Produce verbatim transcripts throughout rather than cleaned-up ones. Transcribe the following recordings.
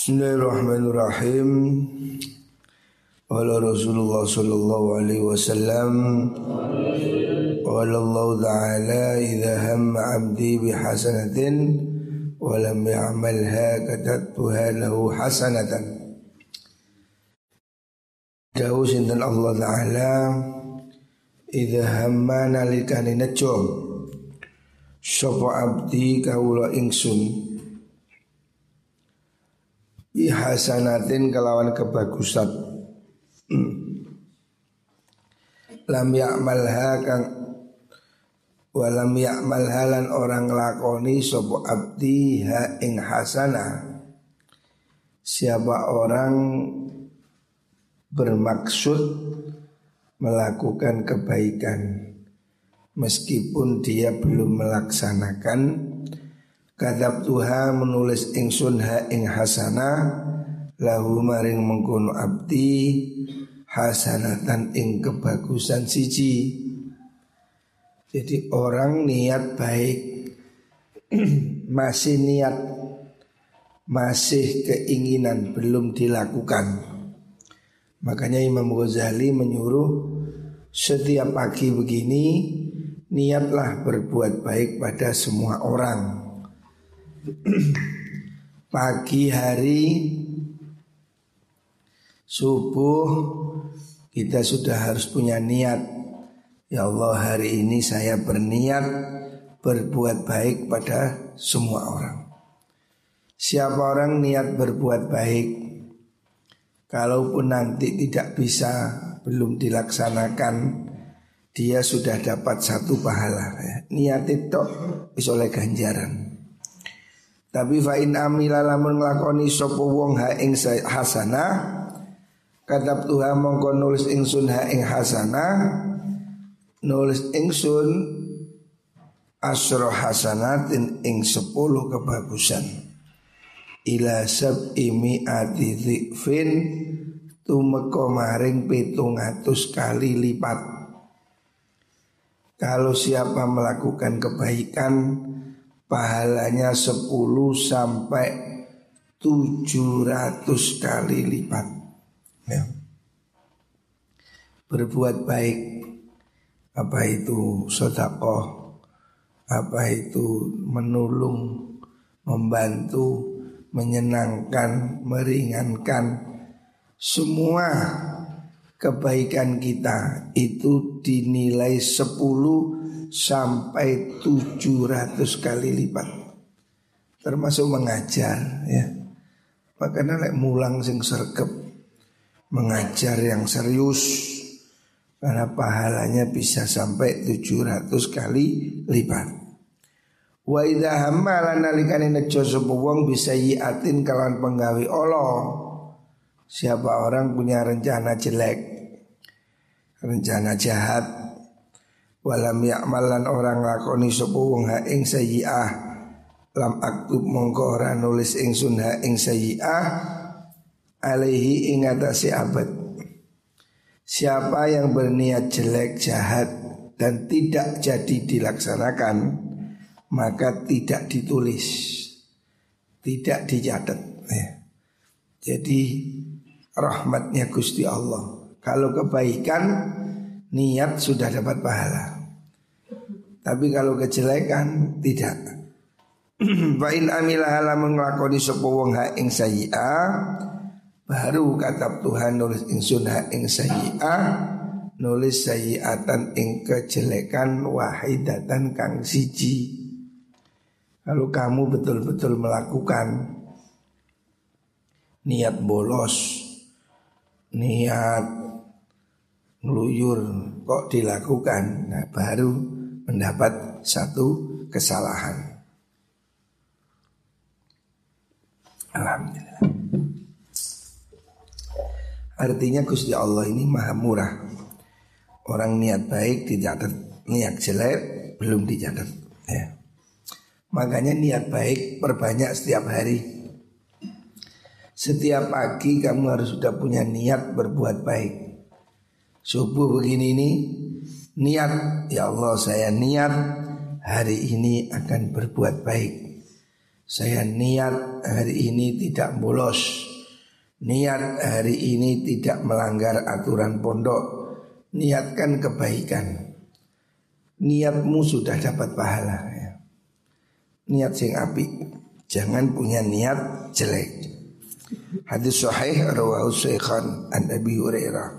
Bismillahirrahmanirrahim. Wala Rasulullah sallallahu alaihi wasallam. Wala Allah ta'ala idha hamma abdi bihasanatin walam ya'malha katabtuha lahu hasanatan. Dawu sinten Allah ta'ala idha hamma nalikani nejo sapa abdi kawula ingsun bihasanatin kelawan kebagusan hmm. lam ya'malha kang walam ya'malha lan orang lakoni sapa abdi ha ing hasanah. Siapa orang bermaksud melakukan kebaikan meskipun dia belum melaksanakan, kadab tuha menulis ingsun ha ing hasanah lahu maring mengkono abdi hasanatan ing kebagusan siji. Jadi orang niat baik masih niat masih keinginan belum dilakukan, makanya Imam Ghazali menyuruh setiap pagi begini niatlah berbuat baik pada semua orang. Pagi hari subuh kita sudah harus punya niat. Ya Allah, hari ini saya berniat berbuat baik pada semua orang. Siapa orang niat berbuat baik, kalaupun nanti tidak bisa, belum dilaksanakan, dia sudah dapat satu pahala ya. Niat itu bisa oleh ganjaran. Tapi fa in amila lamun nglakoni sapa wong ha ing hasanah, kadab tuha mongko nulis ingsun ha ing hasanah, nulis ingsun asra hasanatin ing sepuluh kebagusan ila sab'i mi'ati dhifin tumeka maring pitung atus kali lipat. Kalau siapa melakukan kebaikan pahalanya sepuluh sampai tujuh ratus kali lipat ya. Berbuat baik, apa itu sedekah, apa itu menolong, membantu, menyenangkan, meringankan, semua kebaikan kita itu dinilai sepuluh sampai tujuh ratus kali lipat. Termasuk mengajar ya. Makanya lek mulang sing sregep, mengajar yang serius, karena pahalanya bisa sampai tujuh ratus kali lipat. Wa idza hamma lan nalikane nejo sapa wong bisa yiatin kalawan penggawe Allah. Siapa orang punya rencana jelek, rencana jahat, walam ya'malan orang lakoni sapa wong ha ing sayyi'ah, lam aktub mongko ora nulis ingsun ha ing sayyi'ah alaihi ing atase abad. Siapa yang berniat jelek jahat dan tidak jadi dilaksanakan, maka tidak ditulis, tidak dicatat ya. Jadi rahmatnya Gusti Allah, kalau kebaikan niat sudah dapat pahala, tapi kalau kejelekan tidak. Fa in amila lamun nglakoni sapa wong ha ing sayyi'ah, baru katab Tuhan nulis ingsun ha ing sayyi'ah, nulis sayyi'atan ing kejelekan wahidatan kang siji. Kalau kamu betul-betul melakukan niat bolos, niat ngeluyur kok dilakukan, nah baru mendapat satu kesalahan. Alhamdulillah. Artinya Gusti Allah ini maha murah. Orang niat baik dicatat, niat jelek belum dicatat ya. Makanya niat baik perbanyak setiap hari. Setiap pagi kamu harus sudah punya niat berbuat baik. Subuh begini nih, niat, ya Allah saya niat hari ini akan berbuat baik. Saya niat hari ini tidak bolos, niat hari ini tidak melanggar aturan pondok, niatkan kebaikan. Niatmu sudah dapat pahala ya. Niat sing apik, jangan punya niat jelek. Hadis sahih rawahu Syaikhan an Abi Hurairah.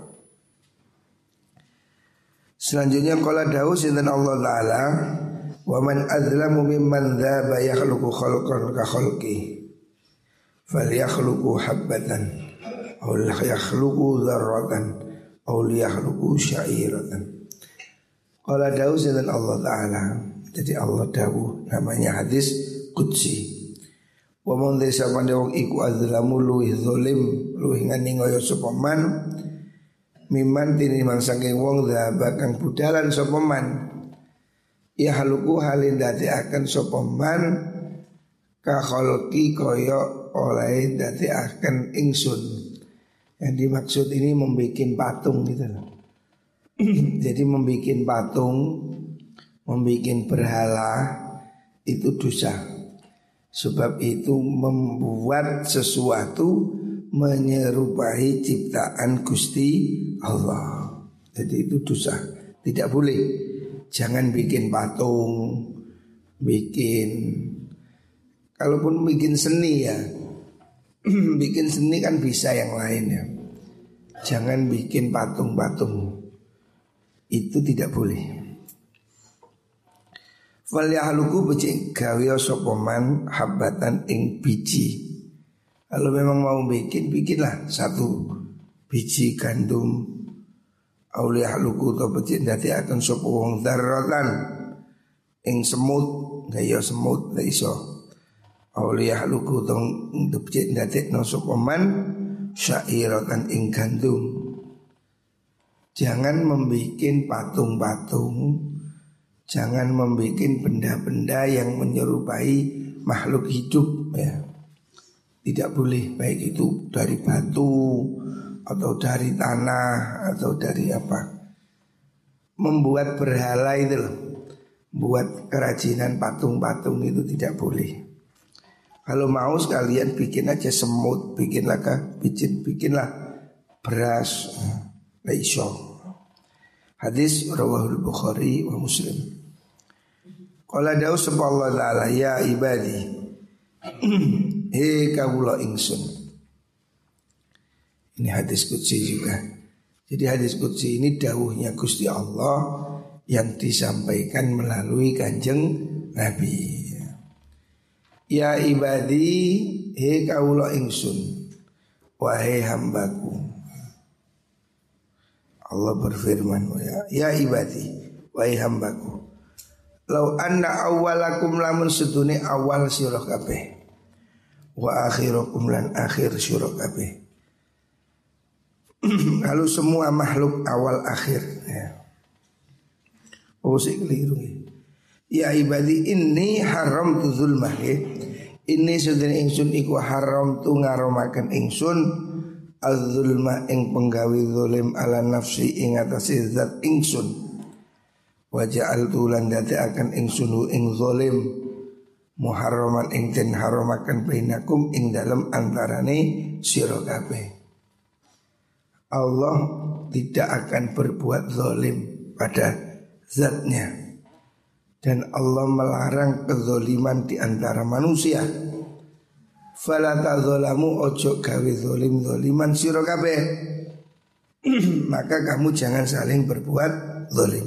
Selanjutnya qala dawu sinten Allah taala, wa man azlamu mimman dzaba yakhluqu khalqan ka khalqi falyakhluqu habbatan aw yakhluqu dzarratan aw yakhluqu sya'iratan. Qala dawu sinten Allah taala. Jadi Allah dawu, namanya hadis qudsi. Wa man desa pande wong iku azlamu luwih zalim, luwih ngani ngoyo sapa man miman tinimbang saking wong dzaba kang budalan sapa man ya haluku halin dadekaken sapa man ka khalqi kaya oleh dadekaken ingsun. Yang dimaksud ini membikin patung gitu loh. Jadi membikin patung, membikin berhala itu dosa. Sebab itu membuat sesuatu menyerupai ciptaan Gusti Allah. Jadi itu dosa, tidak boleh. Jangan bikin patung, bikin, kalaupun bikin seni ya, bikin seni kan bisa yang lain ya. Jangan bikin patung-patung, itu tidak boleh. Fal yahluku becik gawe sapa man habatan ing biji. Kalau memang mau bikin, bikinlah satu biji gandum. Aulia luku to becik dadi akan sapa wong daratan ing semut, gaya semut la iso. Aulia luku to becik dadi no sapa man syairatan ing gandum. Jangan membikin patung-patung, jangan membikin benda-benda yang menyerupai makhluk hidup ya. Tidak boleh, baik itu dari batu atau dari tanah atau dari apa. Membuat berhala itu loh, buat kerajinan patung-patung itu tidak boleh. Kalau mau sekalian bikin aja semut, bikinlah kah, bikin bikinlah beras, laisho. Hadis rawahul Bukhari wa Muslim. Qala dawu sallallahu taala ya ibadi. Hei kawula ingsun. Ini hadis qudsi juga. Jadi hadis qudsi ini dawuhnya Gusti Allah yang disampaikan melalui Kanjeng Nabi. Ya ibadi, hei kawula ingsun, wahai hambaku. Allah berfirman, ya, ya ibadi, wahai hambaku. Lau anna awalakum lamun sedune awal sira kabeh. Wa akhirakum lan akhir sira kabeh. Kalau semua makhluk awal akhir ya. Oh sik keliru ya. Ya ibadi inni haramtu zulmah ya. Ini sedene ingsun iku haram tu ngaromaken ingsun az-zulma ing penggawe zalim ala nafsi ing atase zat ingsun. Wa ja'altu lan dadekaken ingsun ing zalim muharraman ing den haramaken bainakum ing dalam antarane sira kabeh. Allah tidak akan berbuat zalim pada zatnya. Dan Allah melarang kezaliman di antara manusia. Fala tadzalamu ojo gawe zalim zaliman sira kabeh. Maka kamu jangan saling berbuat zalim.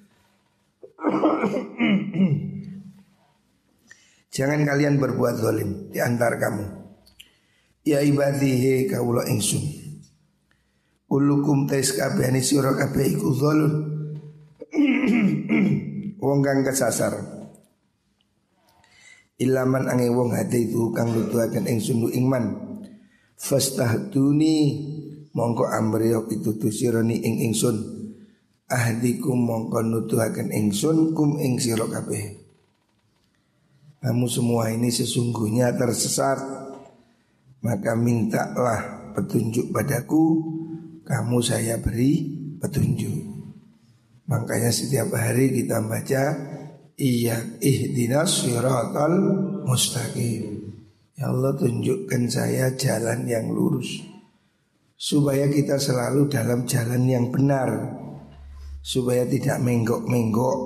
Jangan kalian berbuat zalim di antara kamu. Ya ibadihi kaula ingsun. Kullukum tais kabehane sira kabeh iku zalim. Wong kang kesasar. Ilaman ange wong hati itu kang nuduhaken ingsun lu ingman. Fastahduni mongko amriyo pitutu sirani ing ingsun. Ahdikum mongko nuduhaken ingsun kum ing sira kabeh. Kamu semua ini sesungguhnya tersesat, maka mintalah petunjuk padaku, kamu saya beri petunjuk. Makanya setiap hari kita baca iya ihdinas siratal mustaqim. Ya Allah, tunjukkan saya jalan yang lurus, supaya kita selalu dalam jalan yang benar, supaya tidak menggok-menggok.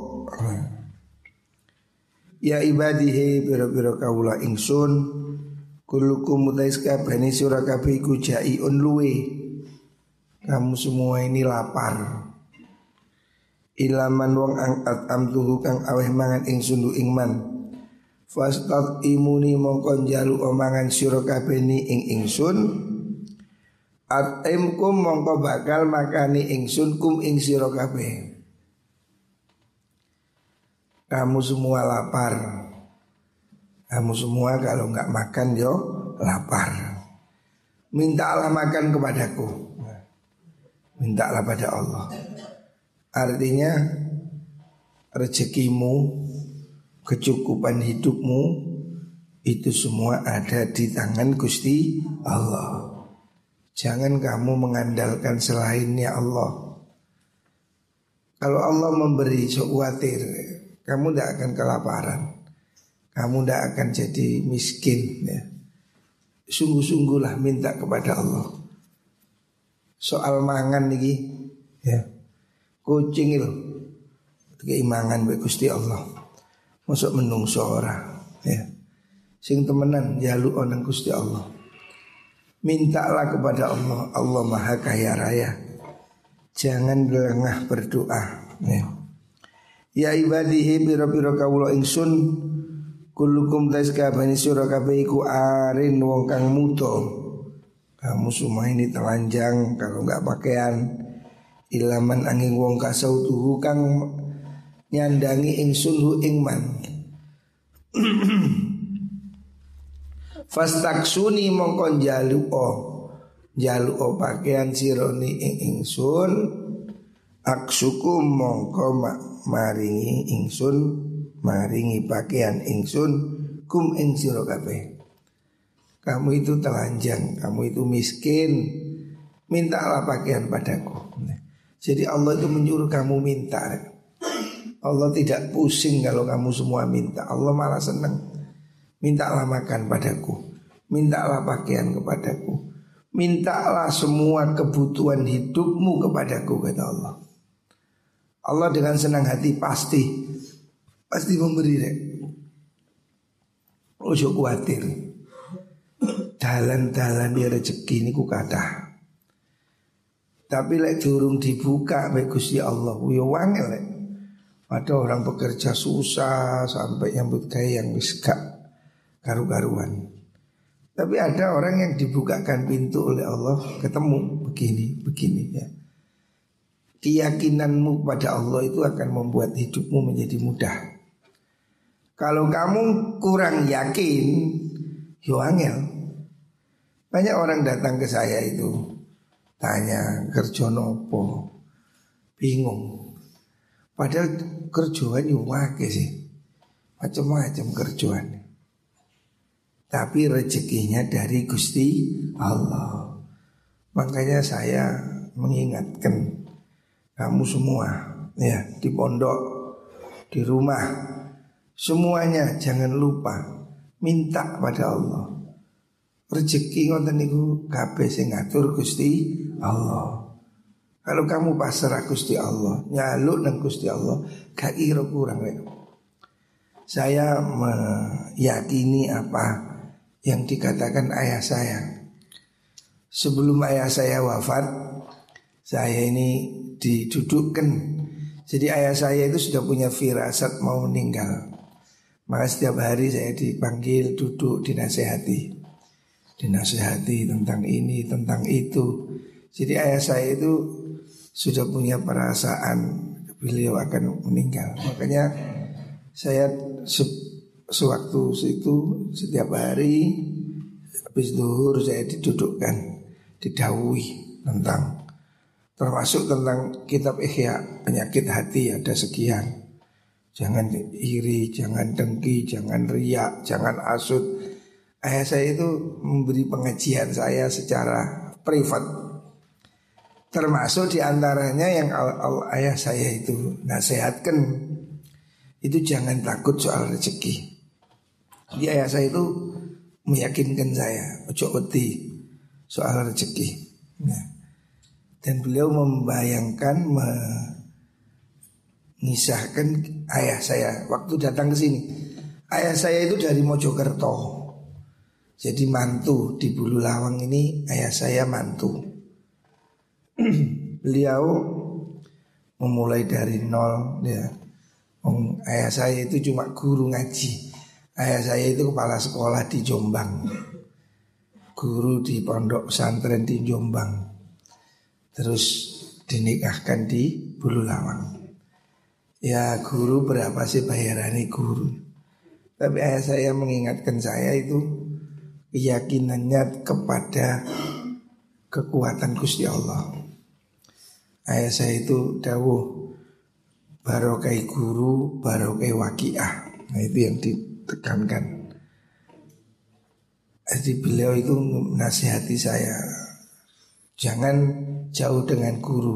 Ya ibadihi biro-biro kawula ingsun, kullukum mutais kabehane sira kabeh iku jaiun luwe. Kamu semua ini lapar. Ilaman wong angkat amtuhu kang aweh mangan ingsun du ingman. Fastat imuni mongko njalu omangan sira kabeh ni ing ingsun. Atimkum mongko bakal makani ingsun kum ing sira kabeh. Kamu semua lapar. Kamu semua kalau enggak makan yo lapar. Mintalah makan kepadaku. Mintalah pada Allah. Artinya rezekimu, kecukupan hidupmu itu semua ada di tangan Gusti Allah. Jangan kamu mengandalkan selainnya Allah. Kalau Allah memberi, sok khawatir kamu tidak akan kelaparan, kamu tidak akan jadi miskin ya. Sungguh-sungguhlah minta kepada Allah. Soal mangan nih ya, kucing itu keimangan baik Gusti Allah. Masuk menungso ora ya. Sing temenan jaluk onang Gusti Allah. Mintalah kepada Allah. Allah Maha Kaya Raya. Jangan lengah berdoa ya. Ya ibadihi biro-biro kawula ingsun, kullukum taskabani sura kabeh iku arin wong kang muto. Kamu semua ini telanjang kalau enggak pakaian. Ilaman angin wong kasautuhu kang nyandangi ingsun hu ingman. Fastaksuni mongkon jaluo jaluo pakaian sironi ing ingsun. Aksuku mongko maringi ingsun, maringi pakaian ingsun kum ing sira kabeh. Kamu itu telanjang, kamu itu miskin, mintalah pakaian padaku. Jadi Allah itu menyuruh kamu minta. Allah tidak pusing kalau kamu semua minta. Allah malah senang. Mintalah makan padaku, mintalah pakaian kepadaku, mintalah semua kebutuhan hidupmu kepadaku, kata Allah. Allah dengan senang hati pasti pasti memberi rek. Ojo kuatir. Dalan-dalan dia rezeki ini ku kata. Tapi lek durung dibuka baik Gusti Allah, yo wangel lek. Ada orang bekerja susah sampai nyambut gawe yang wis gak karu-karuan. Tapi ada orang yang dibukakan pintu oleh Allah, ketemu begini, begini ya. Keyakinanmu pada Allah itu akan membuat hidupmu menjadi mudah. Kalau kamu kurang yakin, yo angel. Banyak orang datang ke saya itu tanya kerja nopo, bingung. Padahal kerjaan yo wake sih, macam-macam kerjaan. Tapi rezekinya dari Gusti Allah. Makanya saya mengingatkan kamu semua ya, di pondok, di rumah, semuanya jangan lupa minta pada Allah. Rezeki ngoten niku kabeh sing ngatur Gusti Allah. Kalau kamu pasrah Gusti Allah, nyaluk nang Gusti Allah, gak kira kurang rek. Saya meyakini apa yang dikatakan ayah saya. Sebelum ayah saya wafat, saya ini didudukkan. Jadi ayah saya itu sudah punya firasat mau meninggal. Maka setiap hari saya dipanggil duduk dinasehati. Dinasehati tentang ini, tentang itu. Jadi ayah saya itu sudah punya perasaan beliau akan meninggal. Makanya saya se- sewaktu itu setiap hari habis zuhur saya didudukkan, didhawuhi tentang, termasuk tentang kitab Ihya, penyakit hati ada sekian. Jangan iri, jangan dengki, jangan riak, jangan asut. Ayah saya itu memberi pengajian saya secara privat. Termasuk diantaranya yang al- al- ayah saya itu nasihatkan, itu jangan takut soal rezeki. Jadi ayah saya itu meyakinkan saya ojo wedi soal rezeki. Nah, dan beliau membayangkan mengisahkan ayah saya waktu datang ke sini. Ayah saya itu dari Mojokerto. Jadi mantu di Bululawang ini ayah saya mantu. Beliau memulai dari nol ya. Um, ayah saya itu cuma guru ngaji. Ayah saya itu kepala sekolah di Jombang, guru di pondok pesantren di Jombang. Terus dinikahkan di Bululawang. Ya guru berapa sih bayarannya guru. Tapi ayah saya mengingatkan saya itu keyakinannya kepada kekuatan Gusti Allah. Ayah saya itu dawuh barokai guru, barokai waqiah. Nah itu yang ditekankan. Jadi beliau itu menasihati saya, jangan jauh dengan guru.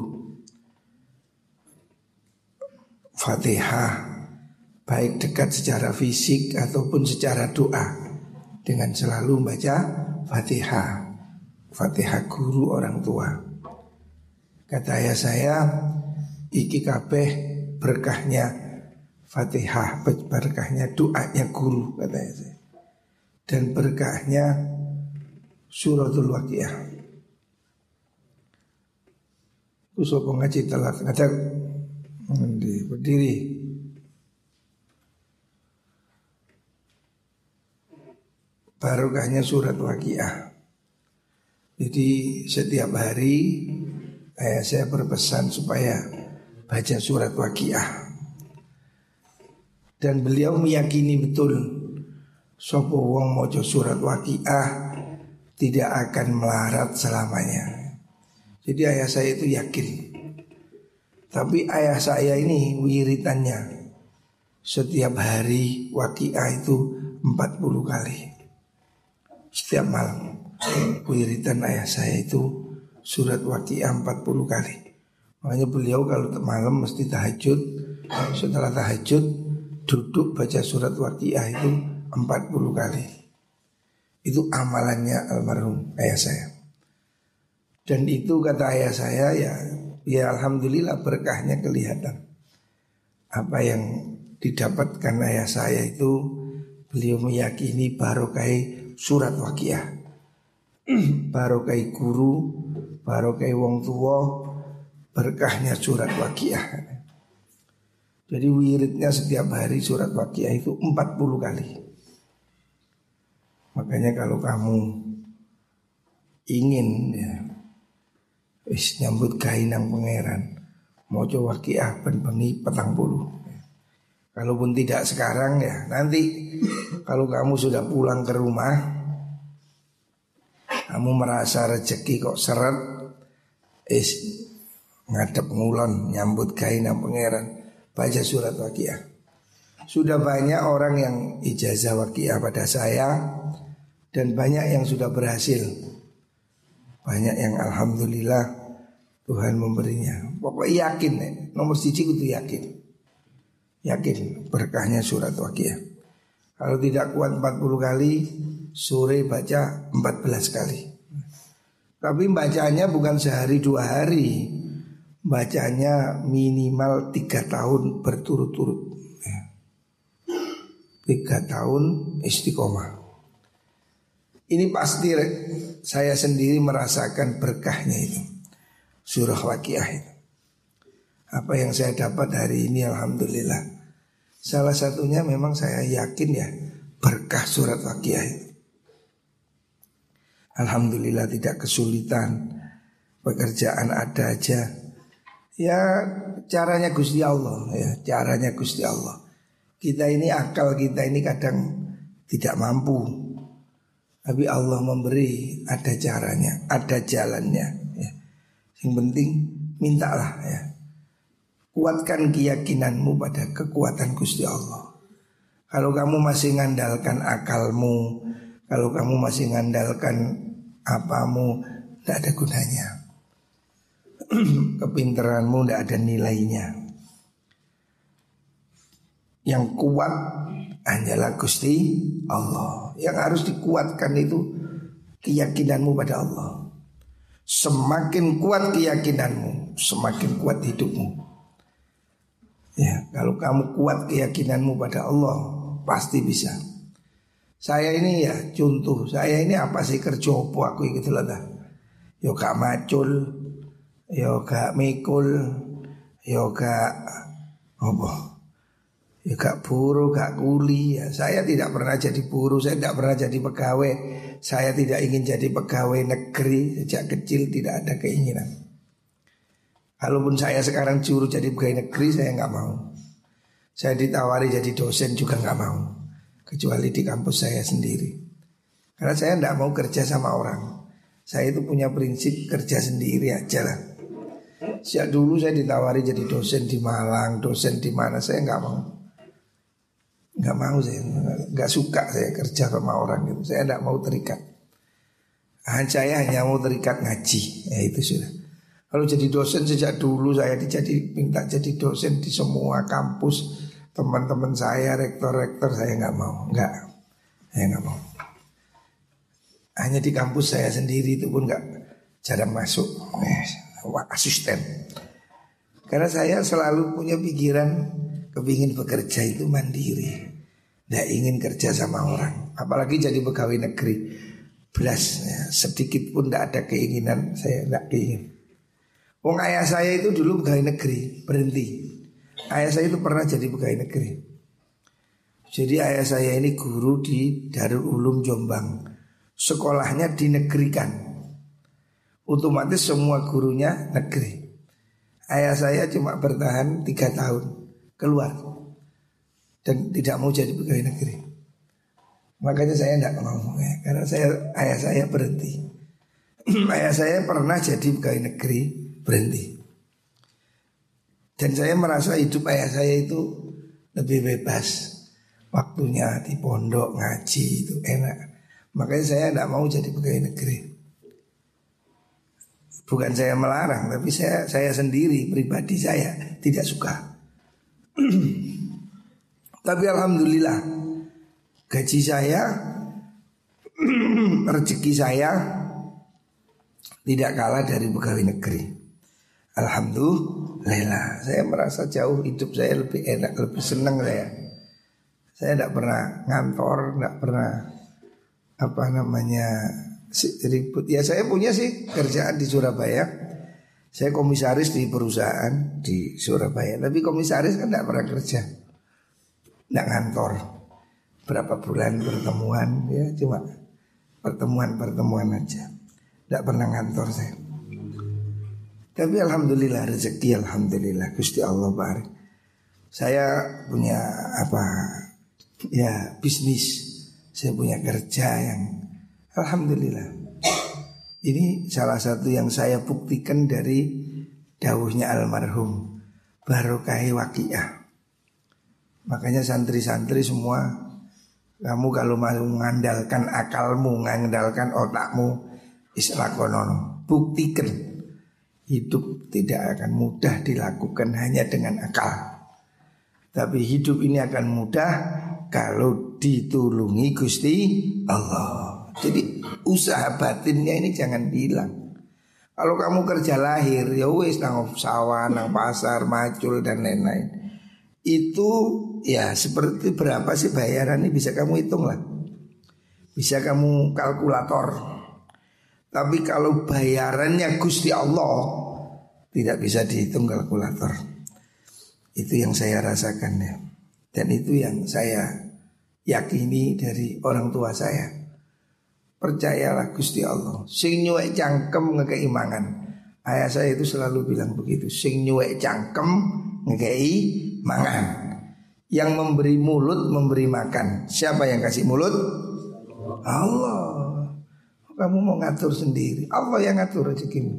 Fatihah, baik dekat secara fisik ataupun secara doa, dengan selalu membaca Fatihah. Fatihah guru orang tua. Kata ayah saya, iki kabeh berkahnya Fatihah, berkahnya doanya guru, kata ayah saya. Dan berkahnya suratul waqiah. Kusok ngaji telat ngajak berdiri. Barokahnya surat waqiah. Jadi setiap hari ayah saya berpesan supaya baca surat waqiah. Dan beliau meyakini betul sapa wong maca surat waqiah tidak akan melarat selamanya. Jadi ayah saya itu yakin. Tapi ayah saya ini wiritannya setiap hari waqiah itu empat puluh kali. Setiap malam wiritan ayah saya itu surat waqiah empat puluh kali. Makanya beliau kalau malam mesti tahajud. Setelah tahajud duduk baca surat waqiah itu empat puluh kali. Itu amalannya almarhum ayah saya. Dan itu kata ayah saya ya, ya alhamdulillah berkahnya kelihatan. Apa yang didapatkan ayah saya itu beliau meyakini barokai surat waqiah. Barokai guru, barokai wong tua, berkahnya surat waqiah. Jadi wiridnya setiap hari surat waqiah itu empat puluh kali. Makanya kalau kamu ingin ya, wis nyambut gawe nang pangeran, maca waqiah ben bengi petang puluh. Kalaupun tidak sekarang ya nanti kalau kamu sudah pulang ke rumah, kamu merasa rezeki kok seret, is ngadep ngulon nyambut gawe nang pangeran, baca surat waqiah. Sudah banyak orang yang ijazah waqiah pada saya dan banyak yang sudah berhasil. Banyak yang alhamdulillah Tuhan memberinya. Pokoknya yakin nih, nomor siji kudu yakin. Yakin berkahnya surat waqiah. Kalau tidak kuat empat puluh kali, sore baca empat belas kali. Tapi bacanya bukan sehari dua hari, bacanya minimal tiga tahun berturut-turut. Tiga tahun istiqomah. Ini pasti saya sendiri merasakan berkahnya itu, surah waqiah itu. Apa yang saya dapat hari ini alhamdulillah. Salah satunya memang saya yakin ya berkah surat waqiah itu. Alhamdulillah tidak kesulitan, pekerjaan ada aja. Ya caranya Gusti Allah ya, caranya Gusti Allah. Kita ini akal kita ini kadang tidak mampu. Tapi Allah memberi, ada caranya, ada jalannya ya. Yang penting mintalah ya. Kuatkan keyakinanmu pada kekuatan Gusti Allah. Kalau kamu masih ngandalkan akalmu, kalau kamu masih ngandalkan apamu, tidak ada gunanya. Kepintaranmu tidak ada nilainya. Yang kuat hanyalah Gusti Allah. Yang harus dikuatkan itu keyakinanmu pada Allah. Semakin kuat keyakinanmu, semakin kuat hidupmu. Ya, kalau kamu kuat keyakinanmu pada Allah, pasti bisa. Saya ini ya contoh, saya ini apa sih kerja apa aku gitu lah dah. Yo gak macul, yo gak mikul, yo gak apa, yo gak buruh, gak kuli. Ya, saya tidak pernah jadi buruh, saya tidak pernah jadi pegawai. Saya tidak ingin jadi pegawai negeri, sejak kecil tidak ada keinginan. Kalaupun saya sekarang juru jadi pegawai negeri, saya nggak mau. Saya ditawari jadi dosen juga nggak mau, kecuali di kampus saya sendiri. Karena saya nggak mau kerja sama orang. Saya itu punya prinsip kerja sendiri aja lah. Sejak dulu saya ditawari jadi dosen di Malang, dosen di mana, saya nggak mau. Nggak mau saya, nggak suka saya kerja sama orang gitu. Saya nggak mau terikat. Saya hanya mau terikat ngaji, ya itu sudah. Kalau jadi dosen sejak dulu saya dijadi minta jadi dosen di semua kampus. Teman-teman saya, rektor-rektor saya nggak mau, nggak, saya nggak mau. Hanya di kampus saya sendiri itu pun nggak jarang masuk, eh, asisten. Karena saya selalu punya pikiran kepingin bekerja itu mandiri, tidak ingin kerja sama orang, apalagi jadi pegawai negeri. Belas ya, sedikit pun tidak ada keinginan, saya tidak ingin. Wong ayah saya itu dulu pegawai negeri, berhenti. Ayah saya itu pernah jadi pegawai negeri. Jadi ayah saya ini guru di Darul Ulum Jombang. Sekolahnya dinegerikan. Otomatis semua gurunya negeri. Ayah saya cuma bertahan tiga tahun, keluar. Dan tidak mau jadi pegawai negeri. Makanya saya tidak mau ya, karena saya ayah saya berhenti. Ayah saya pernah jadi pegawai negeri, berhenti. Dan saya merasa hidup ayah saya itu lebih bebas. Waktunya di pondok ngaji itu enak. Makanya saya tidak mau jadi pegawai negeri. Bukan saya melarang, tapi saya saya sendiri pribadi saya tidak suka. Tapi alhamdulillah gaji saya, rezeki saya tidak kalah dari pegawai negeri. Alhamdulillah, saya merasa jauh hidup saya lebih enak, lebih senang saya. Saya tidak pernah ngantor, tidak pernah apa namanya ribut. Ya saya punya sih kerjaan di Surabaya. Saya komisaris di perusahaan di Surabaya. Tapi komisaris kan tidak pernah kerja, tidak ngantor. Berapa bulan pertemuan ya, cuma pertemuan-pertemuan aja. Tidak pernah ngantor saya. Tapi alhamdulillah rezeki, alhamdulillah Gusti Allah barik. Saya punya apa ya bisnis, saya punya kerja yang alhamdulillah. Ini salah satu yang saya buktikan dari dawuhnya almarhum Barokai Waqiah. Makanya santri-santri semua, kamu kalau mau mengandalkan akalmu, mengandalkan otakmu, islakonono, buktikan. Hidup tidak akan mudah dilakukan hanya dengan akal. Tapi hidup ini akan mudah kalau ditulungi Gusti Allah. Jadi usaha batinnya ini jangan hilang. Kalau kamu kerja lahir, ya wis nang sawah, nang pasar, macul dan lain-lain. Itu ya seperti berapa sih bayaran ini bisa kamu hitung lah. Bisa kamu kalkulator. Tapi kalau bayarannya Gusti Allah tidak bisa dihitung kalkulator. Itu yang saya rasakan ya. Dan itu yang saya yakini dari orang tua saya. Percayalah Gusti Allah. Sing nyuwek cangkem ngekei mangan. Ayah saya itu selalu bilang begitu. Sing nyuwek cangkem ngekei mangan. Yang memberi mulut memberi makan. Siapa yang kasih mulut? Allah. Kamu mau ngatur sendiri, Allah yang ngatur rezekimu.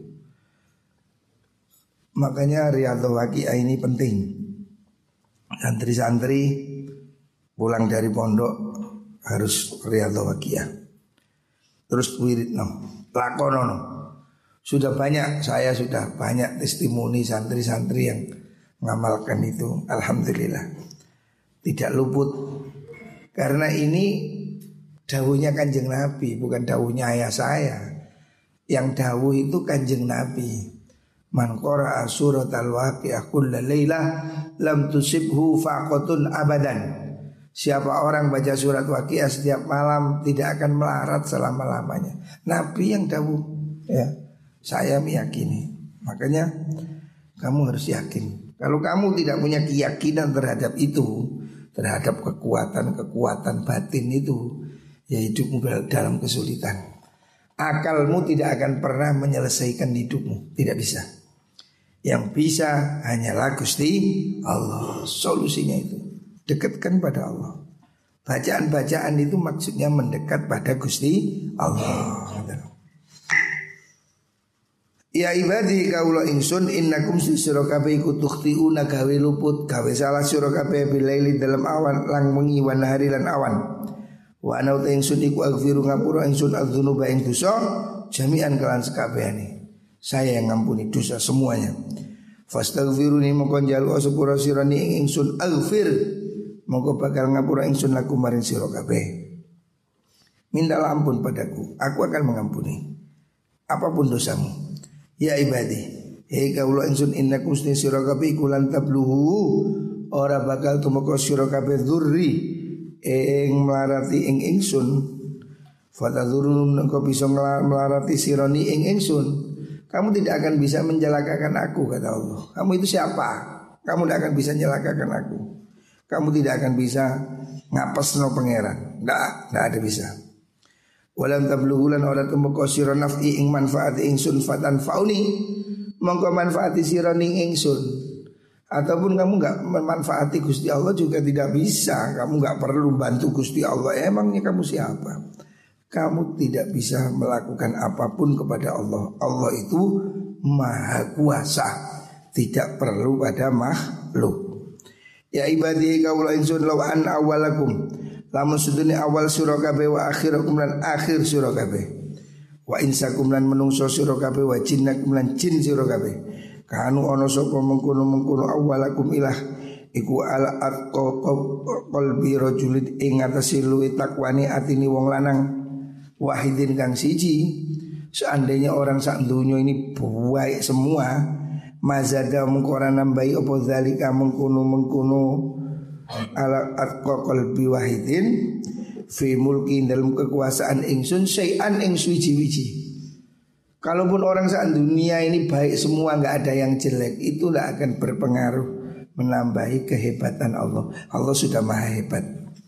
Makanya Riyadhul Waqiah ini penting. Santri-santri pulang dari pondok harus Riyadhul Waqiah. Terus wirid no, lakonono. Sudah banyak, saya sudah banyak testimoni santri-santri yang mengamalkan itu. Alhamdulillah. Tidak luput Karena ini dawuhnya Kanjeng Nabi, bukan dawuhnya ayah saya. Yang dawuh itu Kanjeng Nabi. Man qara'a suratal waqi'ah kulla lailah lam tusibhu faqatun abadan. Siapa orang baca surat Waqiah setiap malam tidak akan melarat selama-lamanya. Nabi yang dawuh, ya. Saya meyakini. Makanya kamu harus yakin. Kalau kamu tidak punya keyakinan terhadap itu, terhadap kekuatan-kekuatan batin itu, ya hidupmu dalam kesulitan. Akalmu tidak akan pernah menyelesaikan hidupmu. Tidak bisa. Yang bisa hanyalah Gusti Allah. Solusinya itu dekatkan pada Allah. Bacaan-bacaan itu maksudnya mendekat pada Gusti Allah. Ya ibadi kaula ingsun innakum sira kabeh iku tukhtiuna gawe luput gawe salah sira kabeh bilaili dalam awan lang wengi wan hari lan awan. Wa ana uta ingsun iku aghfiru ngapura ingsun adzunuba ing dosa jami'an kelan sekabehane. Saya yang ngampuni dosa semuanya. Fastaghfiruni mongko njaluk sepura sirani ing ingsun aghfir mongko bakal ngapura ingsun laku maring sira kabeh. Mintalah ampun padaku, aku akan mengampuni apapun dosamu. Ya ibadi, hei kaula ingsun innakum sira kabeh iku lan tabluhu ora bakal tumeka sira kabeh dzurri ing melarati ing ingsun. Fatadzurun engkau bisa melarati sirani ing ingsun. Kamu tidak akan bisa menjelakakan aku, kata Allah. Kamu itu siapa? Kamu tidak akan bisa menjelakakan aku. Kamu tidak akan bisa ngapesno pangeran. Enggak, enggak ada bisa. Walam tabluhulan ora tumeka sira naf'i ing manfaat ingsun fatan fauni mongko manfaati sira ning ingsun. Ataupun kamu enggak memanfaati Gusti Allah juga tidak bisa. Kamu enggak perlu bantu Gusti Allah. Emangnya kamu siapa? Kamu tidak bisa melakukan apapun kepada Allah. Allah itu maha kuasa, tidak perlu pada makhluk. Ya ibadi kaula ingsun law an awalakum lamun sedune awal sira kabeh wa akhirakum lan akhir sira kabeh wa insakum lan menungso sira kabeh wa jinnakum lan jin sira kabeh kanu ana sapa mengkono-mengkono awalakum ilah iku ala atqa qalbi rajulin ing atase luwih takwani atine wong lanang wahidin kang siji. Seandainya orang sak dunya ini baik semua, mazada mengkora nambahi apa zalika mengkono-mengkono ala atqa qalbi wahidin fi mulki dalam kekuasaan ingsun syai'an ing suwiji-wiji. Kalaupun orang sak dunia ini baik semua, enggak ada yang jelek, itu tidak akan berpengaruh menambahi kehebatan Allah. Allah sudah maha hebat.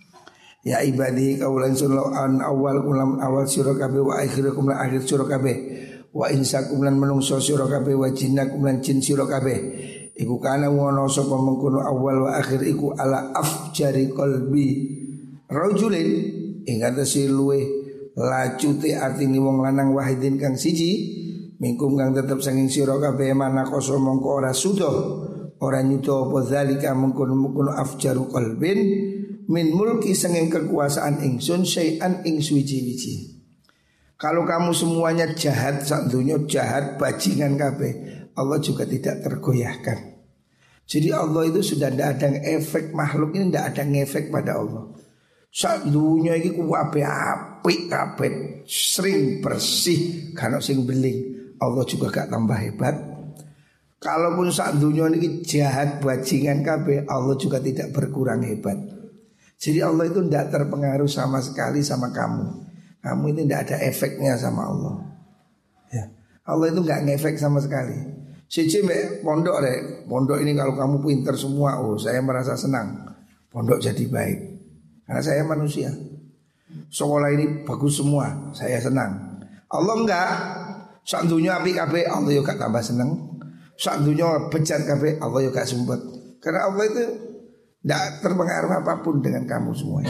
Ya ibadi kaulan sunlaw an awal kulam awal sira kabeh wa akhirakum lan akhir sira kabeh wa insakum lan menungso sira kabeh wa jinnakum lan jin sira kabeh iku kana wono sapa mengkono awal wa akhir iku ala afjari qalbi rajulin ing atase luwe lacute atine wong lanang wahidin kang siji mingkum kang tetep sanging sira kabeh manakoso mongko ora sudo ora nyudo apa zalika mengkono-mengkono afjaru qalbin min mulki sengeng kekuasaan ingsun syai'an ing suwiji-wiji. Kalau kamu semuanya jahat sak dunya jahat bajingan kabeh, Allah juga tidak tergoyahkan. Jadi Allah itu sudah tidak ada efek, makhluk ini tidak ada ngefek pada Allah. Sak dunya iki ku apik apik kabeh, sering bersih kana sing beling. Allah juga gak tambah hebat. Kalaupun sak dunya niki jahat bajingan kabeh, Allah juga tidak berkurang hebat. Jadi Allah itu tidak terpengaruh sama sekali sama kamu. Kamu itu tidak ada efeknya sama Allah. Ya. Allah itu nggak ngefek sama sekali. Siji mek pondok rek, pondok ini kalau kamu pinter semua, oh saya merasa senang. Pondok jadi baik. Karena saya manusia. Sekolah ini bagus semua, saya senang. Allah enggak. Sak dunya apik kabeh, Allah yo gak tambah seneng. Sak dunya bejat kabeh, Allah yo gak sumpet. Karena Allah itu tidak terpengaruh apapun dengan kamu semuanya.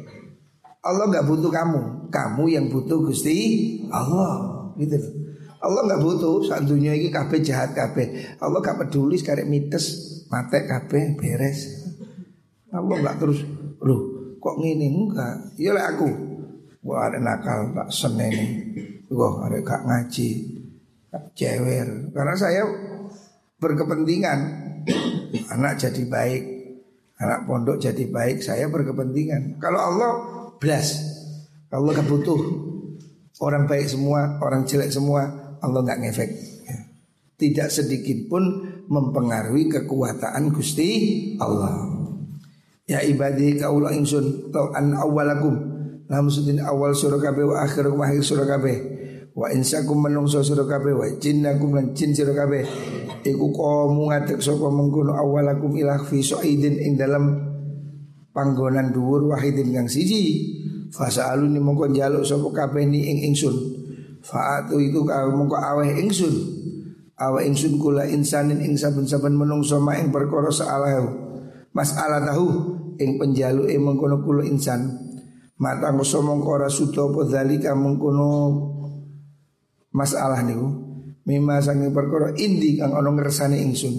Allah nggak butuh kamu, kamu yang butuh Gusti Allah, gitu. Allah nggak butuh saat dunia ini kabeh jahat kabeh. Allah gak peduli sekarang mites mate kabeh beres. Allah nggak terus, loh kok gini enggak? Iya lah aku, wah ada nakal tak seneni, wah ada gak ngaji, gak cewer. Karena saya berkepentingan anak jadi baik. Anak pondok jadi baik, saya berkepentingan. Kalau Allah blas, Allah gak butuh orang baik semua, orang jelek semua, Allah gak ngefek. Tidak sedikit pun mempengaruhi kekuasaan Gusti Allah. Ya ibadi kaula ingsun law an awwalakum lamsudin awal surah kabeh wa akhirukum akhir surah kabeh wa insakum menungso surah kabeh wa jinnakum lan jin surah kabeh iku kamu ngadeg sapa mengkono awalakum ilah fi su'idin ing dalam panggonan dhuwur wahidin kang siji fasaluni mongko njaluk sapa kabeh ni ing ingsun faatu itu mongko aweh ingsun aweh ingsun kula insanin ing saben-saben menungso ma ing perkara saalahu masalah tahu ing penjaluke mengkono kula insan mata ngoso mongko ora suda apa zalika mengkono masalah niku mimma sange perkara indi kang ana ngersane ingsun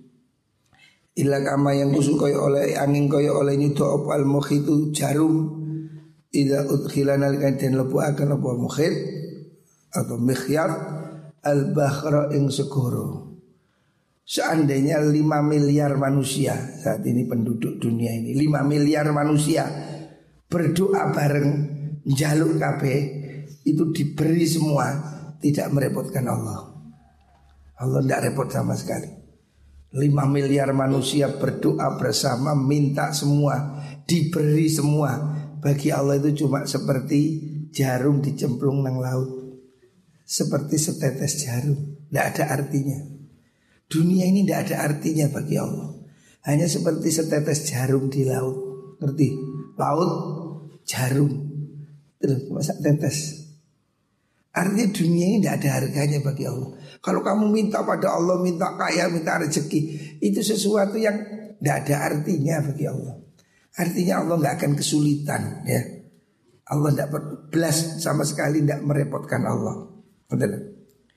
ila kama yang kusuk kaya oleh angin kaya oleh nyuda apa al mukhitu jarum ida udkhilana likan den lebu akan apa mukhit atau mikhyat al bahra ing segoro. Seandainya lima miliar manusia saat ini penduduk dunia ini lima miliar manusia berdoa bareng njaluk kabeh itu diberi semua, tidak merepotkan Allah. Allah tidak repot sama sekali. lima miliar manusia berdoa bersama minta semua, diberi semua. Bagi Allah itu cuma seperti jarum dicemplung nang laut, seperti setetes jarum, tidak ada artinya. Dunia ini tidak ada artinya bagi Allah. Hanya seperti setetes jarum di laut. Ngerti? Laut, jarum. Terus masa tetes. Artinya dunia ini tidak ada harganya bagi Allah. Kalau kamu minta pada Allah, minta kaya, minta rezeki, itu sesuatu yang tidak ada artinya bagi Allah. Artinya Allah nggak akan kesulitan, ya. Allah tidak belas sama sekali, tidak merepotkan Allah. Betul.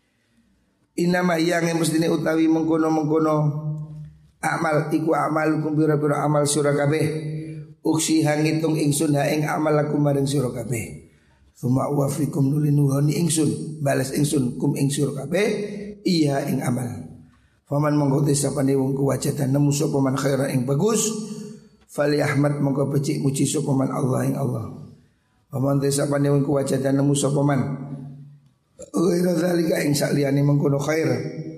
Inama yang mestine utawi mengkono-mengkono amal iku amal kum pira-pira amal sira kabeh uksi hangitung ingsun ha ing amal lakum maring sira kabeh suma wa fikum nulinuhani ingsun balas ingsun kum ing sira kabeh iya ing amal faman mongko sapane wong kuwajatan nemu sapa man khairan ing bagus fali ahmad mongko becik muji sapa man Allah ing Allah faman sapane wong kuwajatan nemu sapa man ghairu zalika ing sakliyane mengkono khair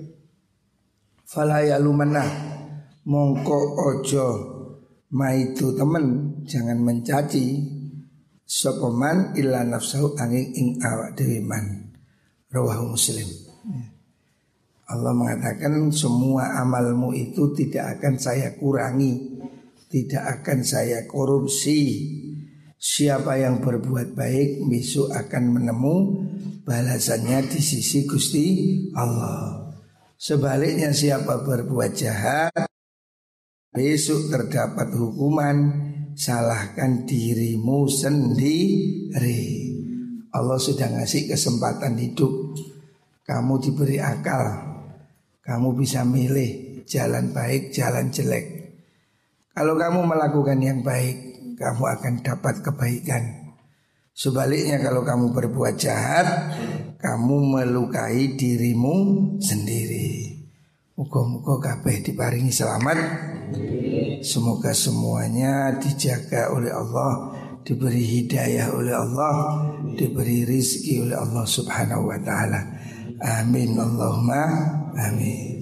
fala yalumanna mongko ojo maitu temen jangan mencaci sapa man illa nafsahu angin ing awak dhewe man rawahu Muslim. Allah mengatakan semua amalmu itu tidak akan saya kurangi, tidak akan saya korupsi. Siapa yang berbuat baik besok akan menemu balasannya di sisi Gusti Allah. Sebaliknya siapa berbuat jahat besok terdapat hukuman, salahkan dirimu sendiri. Allah sudah ngasih kesempatan hidup, kamu diberi akal, kamu bisa milih jalan baik, jalan jelek. Kalau kamu melakukan yang baik, kamu akan dapat kebaikan. Sebaliknya kalau kamu berbuat jahat, kamu melukai dirimu sendiri. Muga-muga kabeh diparingi selamat. Semoga semuanya dijaga oleh Allah, diberi hidayah oleh Allah, diberi rizki oleh Allah subhanahu wa ta'ala. Amin Allahumma amin.